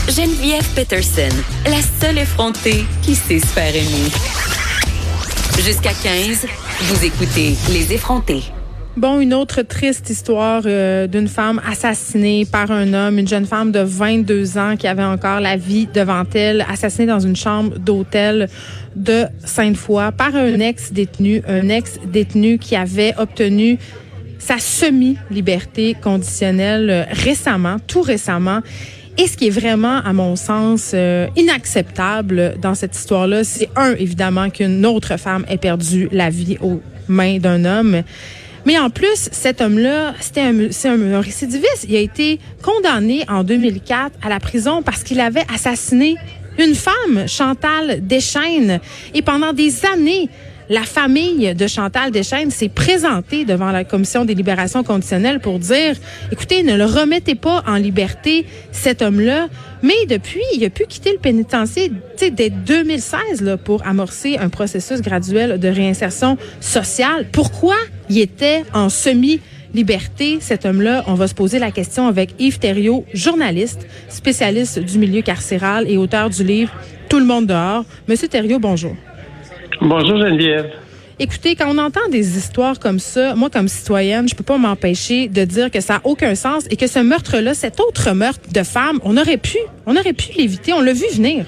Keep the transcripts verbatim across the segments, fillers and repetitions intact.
Geneviève Peterson, la seule effrontée qui sait se faire aimer. Jusqu'à quinze, vous écoutez Les Effrontés. Bon, une autre triste histoire euh, d'une femme assassinée par un homme, une jeune femme de vingt-deux ans qui avait encore la vie devant elle, assassinée dans une chambre d'hôtel de Sainte-Foy par un ex-détenu, un ex-détenu qui avait obtenu sa semi-liberté conditionnelle euh, récemment, tout récemment. Et ce qui est vraiment, à mon sens, euh, inacceptable dans cette histoire-là, c'est un, évidemment, qu'une autre femme ait perdu la vie aux mains d'un homme. Mais en plus, cet homme-là, c'était un, c'est un, un récidiviste. Il a été condamné en deux mille quatre à la prison parce qu'il avait assassiné une femme, Chantal Deschênes. Et pendant des années, la famille de Chantal Deschênes s'est présentée devant la commission des libérations conditionnelles pour dire, écoutez, ne le remettez pas en liberté, cet homme-là. Mais depuis, il a pu quitter le pénitencier dès deux mille seize là, pour amorcer un processus graduel de réinsertion sociale. Pourquoi il était en semi-liberté, cet homme-là? On va se poser la question avec Yves Thériault, journaliste, spécialiste du milieu carcéral et auteur du livre « Tout le monde dehors ». Monsieur Thériault, bonjour. Bonjour Geneviève. Écoutez, quand on entend des histoires comme ça, moi comme citoyenne, je peux pas m'empêcher de dire que ça a aucun sens et que ce meurtre-là, cet autre meurtre de femme, on aurait pu, on aurait pu l'éviter, on l'a vu venir.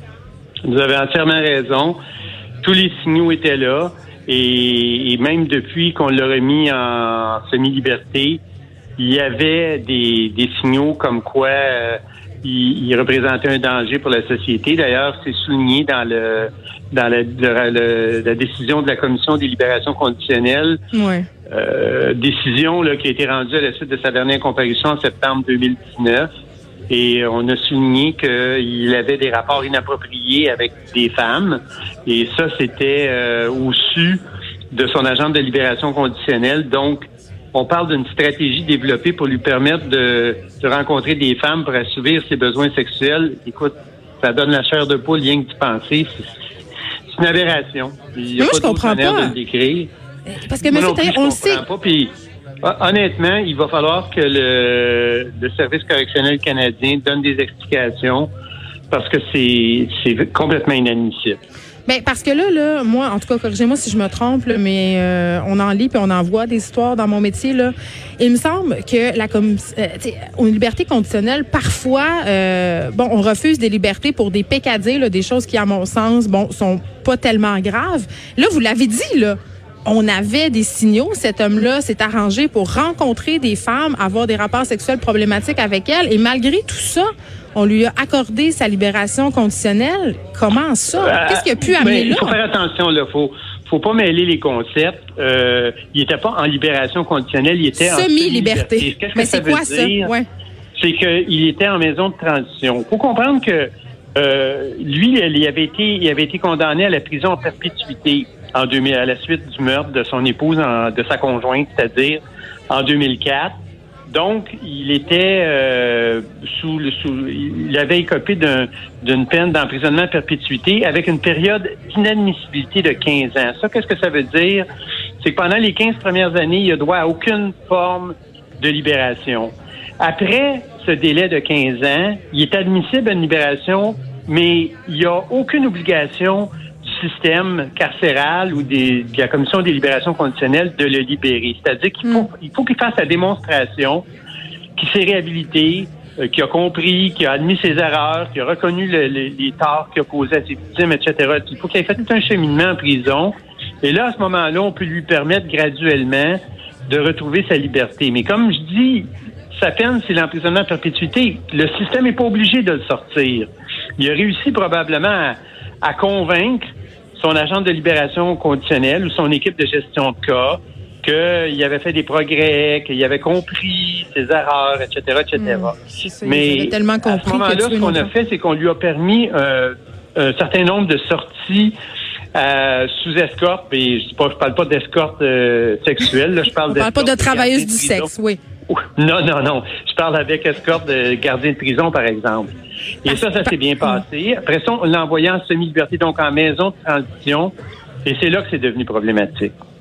Vous avez entièrement raison. Tous les signaux étaient là et, et même depuis qu'on l'a remis en semi-liberté, il y avait des, des signaux comme quoi euh, il, il représentait un danger pour la société. D'ailleurs, c'est souligné dans le dans la, la, la, la décision de la Commission des libérations conditionnelles. Ouais. Euh, décision là, qui a été rendue à la suite de sa dernière comparution en septembre deux mille dix-neuf. Et on a souligné qu'il avait des rapports inappropriés avec des femmes. Et ça, c'était euh, au-dessus de son agent de libération conditionnelle. Donc, on parle d'une stratégie développée pour lui permettre de, de rencontrer des femmes pour assouvir ses besoins sexuels. Écoute, ça donne la chair de poule, rien que d'y penser. C'est, c'est une aberration. Il n'y a moi, pas je comprends d'autre manière pas. de le décrire. Parce que, M. Thériault, on le sait. Pas, puis, honnêtement, il va falloir que le, le Service correctionnel canadien donne des explications parce que c'est, c'est complètement inadmissible. Ben parce que là, là, moi, en tout cas, corrigez-moi si je me trompe, là, mais euh, on en lit puis on en voit des histoires dans mon métier. Là. Il me semble que la com- euh, une liberté conditionnelle, parfois, euh, bon, on refuse des libertés pour des peccadilles, là, des choses qui, à mon sens, bon, sont pas tellement graves. Là, vous l'avez dit, là. On avait des signaux. Cet homme-là s'est arrangé pour rencontrer des femmes, avoir des rapports sexuels problématiques avec elles. Et malgré tout ça, on lui a accordé sa libération conditionnelle. Comment ça? Qu'est-ce qu'il a pu amener là? Il faut faire attention, là. Faut, faut pas mêler les concepts. Euh, il était pas en libération conditionnelle, il était semi-liberté. en semi-liberté. Qu'est-ce que Mais ça c'est veut quoi dire? ça? Ouais. C'est qu'il était en maison de transition. Faut comprendre que euh, lui, il avait été, il avait été condamné à la prison en perpétuité en deux mille, à la suite du meurtre de son épouse, en, de sa conjointe, c'est-à-dire en deux mille quatre. Donc, il était euh, sous le sous, il avait écopé d'un, d'une peine d'emprisonnement à perpétuité avec une période d'inadmissibilité de quinze ans. Ça, qu'est-ce que ça veut dire? C'est que pendant les quinze premières années, il a droit à aucune forme de libération. Après ce délai de quinze ans, il est admissible à une libération, mais il n'y a aucune obligation du système carcéral ou des, de la Commission des libérations conditionnelles de le libérer. C'est-à-dire qu'il faut, il faut qu'il fasse la démonstration qu'il s'est réhabilité, euh, qu'il a compris, qu'il a admis ses erreurs, qu'il a reconnu le, le, les torts qu'il a causés à ses victimes, et cetera. Il faut qu'il ait fait tout un cheminement en prison. Et là, à ce moment-là, on peut lui permettre graduellement de retrouver sa liberté. Mais comme je dis, sa peine, c'est l'emprisonnement à perpétuité. Le système n'est pas obligé de le sortir. Il a réussi probablement à, à convaincre son agent de libération conditionnelle ou son équipe de gestion de cas qu'il avait fait des progrès, qu'il avait compris ses erreurs, et cetera, et cetera. Mmh, c'est ça, Mais tellement compris à ce moment-là, ce qu'on a fait, c'est qu'on lui a permis euh, un certain nombre de sorties euh, sous escorte. Et je ne parle pas d'escorte euh, sexuelle, là, je parle d'escorte. On parle pas de travailleuse du sexe, oui. Non, non, non. Je parle avec escorte de gardien de prison, par exemple. Et ça, ça s'est bien passé. Après ça, on l'a envoyé en semi-liberté, donc en maison de transition. Et c'est là que c'est devenu problématique.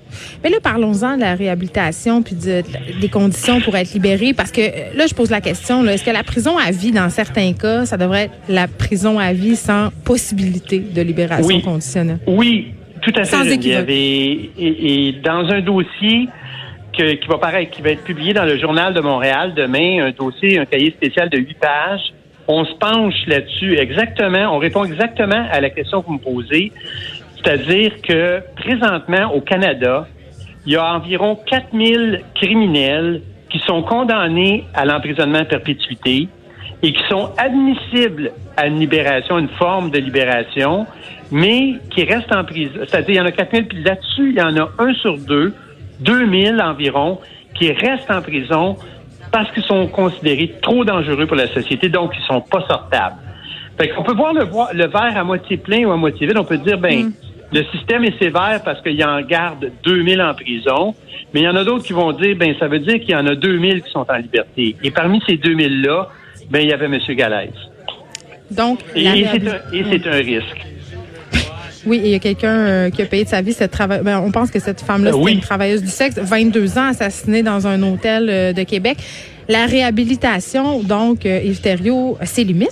Mais là, parlons-en de la réhabilitation puis de, de, des conditions pour être libéré. Parce que là, je pose la question, là, est-ce que la prison à vie, dans certains cas, ça devrait être la prison à vie sans possibilité de libération oui. conditionnelle? Oui, tout à fait. Sans équivoque. Et, et, et dans un dossier que, qui va paraître, qui va être publié dans le Journal de Montréal demain, un dossier, un cahier spécial de huit pages, on se penche là-dessus exactement, on répond exactement à la question que vous me posez. C'est-à-dire que présentement, au Canada, il y a environ quatre mille criminels qui sont condamnés à l'emprisonnement à perpétuité et qui sont admissibles à une libération, une forme de libération, mais qui restent en prison. C'est-à-dire, il y en a quatre mille, puis là-dessus, il y en a un sur deux, deux mille environ, qui restent en prison parce qu'ils sont considérés trop dangereux pour la société, donc ils sont pas sortables. Fait qu'on peut voir le, le verre à moitié plein ou à moitié vide. On peut dire, ben, mm. le système est sévère parce qu'il en garde deux mille en prison, mais il y en a d'autres qui vont dire, ben, ça veut dire qu'il y en a deux mille qui sont en liberté. Et parmi ces deux mille-là, ben, il y avait M. Galaise. Donc, et, et c'est un, et c'est un risque. Oui, et il y a quelqu'un euh, qui a payé de sa vie cette travail. Ben, on pense que cette femme-là, c'était euh, oui. une travailleuse du sexe, vingt-deux ans, assassinée dans un hôtel euh, de Québec. La réhabilitation, donc, euh, Yves Thériault, ses limites?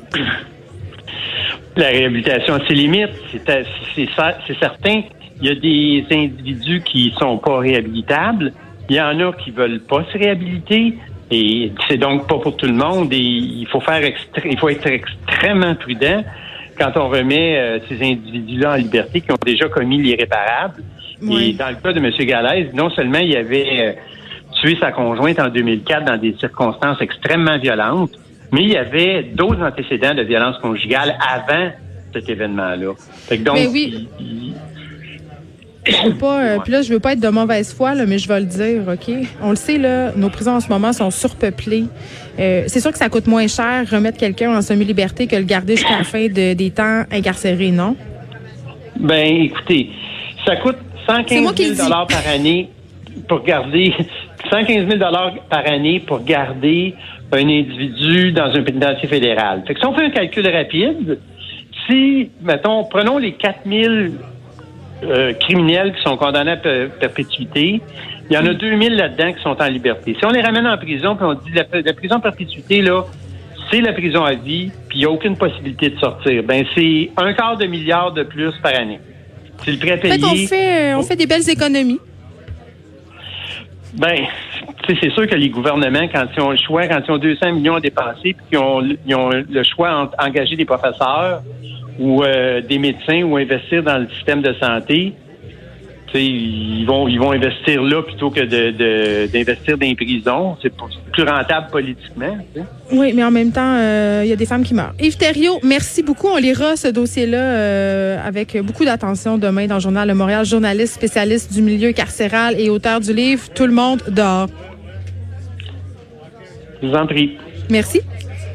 La réhabilitation a ses limites, c'est, c'est, c'est certain. Il y a des individus qui sont pas réhabilitables. Il y en a qui veulent pas se réhabiliter. Et c'est donc pas pour tout le monde. Et il faut faire extré- il faut être extrêmement prudent quand on remet euh, ces individus-là en liberté qui ont déjà commis l'irréparable. Oui. Et dans le cas de M. Galaise, non seulement il avait euh, tué sa conjointe en deux mille quatre dans des circonstances extrêmement violentes, mais il y avait d'autres antécédents de violence conjugale avant cet événement-là. Fait que donc, mais oui. il, il... Je veux pas, euh, puis là, je veux pas être de mauvaise foi, là, mais je vais le dire, OK? On le sait, là, nos prisons en ce moment sont surpeuplées. Euh, c'est sûr que ça coûte moins cher remettre quelqu'un en semi-liberté que le garder jusqu'à la fin de, des temps incarcérés, non? Ben, écoutez, ça coûte cent quinze mille dollars par année pour garder, cent quinze mille dollars par année pour garder un individu dans un pénitencier fédéral. Fait que si on fait un calcul rapide, si, mettons, prenons les quatre mille Euh, criminels qui sont condamnés à per- perpétuité. Il y en a deux mille là-dedans qui sont en liberté. Si on les ramène en prison, puis on dit la, la prison à perpétuité, là, c'est la prison à vie, puis il n'y a aucune possibilité de sortir. Ben, c'est un quart de milliard de plus par année. C'est le prêt à payer. En fait, on fait, on fait des belles économies. Ben, c'est sûr que les gouvernements, quand ils ont le choix, quand ils ont deux cents millions à dépenser, puis qu'ils ont, ils ont le choix d'engager des professeurs, ou euh, des médecins ou investir dans le système de santé, tu sais, ils vont ils vont investir là plutôt que de, de d'investir dans les prisons. C'est plus rentable politiquement. T'sais. Oui, mais en même temps, il euh, y a des femmes qui meurent. Yves Thériault, merci beaucoup. On lira ce dossier-là euh, avec beaucoup d'attention demain dans le Journal de Montréal. Journaliste spécialiste du milieu carcéral et auteur du livre « Tout le monde dort ». Je vous en prie. Merci.